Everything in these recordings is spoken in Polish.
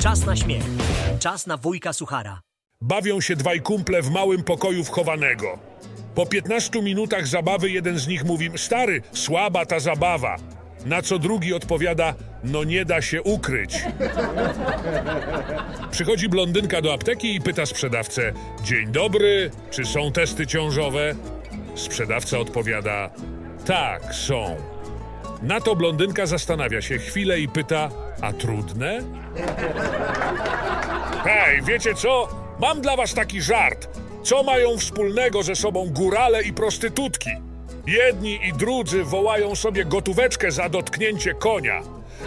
Czas na śmiech. Czas na wujka Suchara. Bawią się dwaj kumple w małym pokoju wchowanego. Po 15 minutach zabawy jeden z nich mówi: stary, słaba ta zabawa. Na co drugi odpowiada: no nie da się ukryć. Przychodzi blondynka do apteki i pyta sprzedawcę: dzień dobry, czy są testy ciążowe? Sprzedawca odpowiada: tak, są. Na to blondynka zastanawia się chwilę i pyta: a trudne? Hej, wiecie co? Mam dla was taki żart. Co mają wspólnego ze sobą górale i prostytutki? Jedni i drudzy wołają sobie gotóweczkę za dotknięcie konia.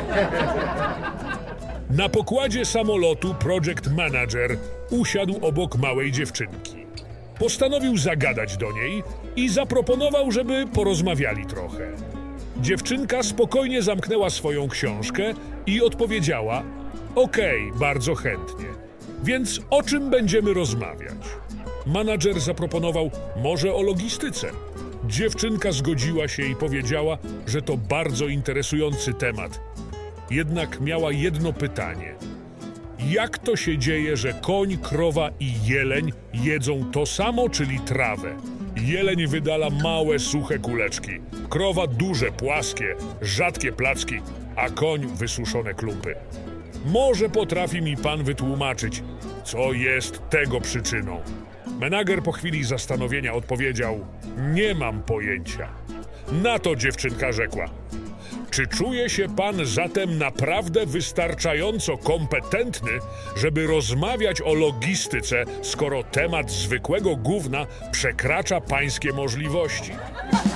Na pokładzie samolotu project manager usiadł obok małej dziewczynki. Postanowił zagadać do niej i zaproponował, żeby porozmawiali trochę. Dziewczynka spokojnie zamknęła swoją książkę i odpowiedziała: okej, bardzo chętnie. Więc o czym będziemy rozmawiać? Menadżer zaproponował: może o logistyce. Dziewczynka zgodziła się i powiedziała, że to bardzo interesujący temat. Jednak miała jedno pytanie. Jak to się dzieje, że koń, krowa i jeleń jedzą to samo, czyli trawę? Jeleń wydala małe, suche kuleczki, krowa duże, płaskie, rzadkie placki, a koń wysuszone klumpy. Może potrafi mi pan wytłumaczyć, co jest tego przyczyną? Menadżer po chwili zastanowienia odpowiedział: nie mam pojęcia. Na to dziewczynka rzekła: czy czuje się pan zatem naprawdę wystarczająco kompetentny, żeby rozmawiać o logistyce, skoro temat zwykłego gówna przekracza pańskie możliwości?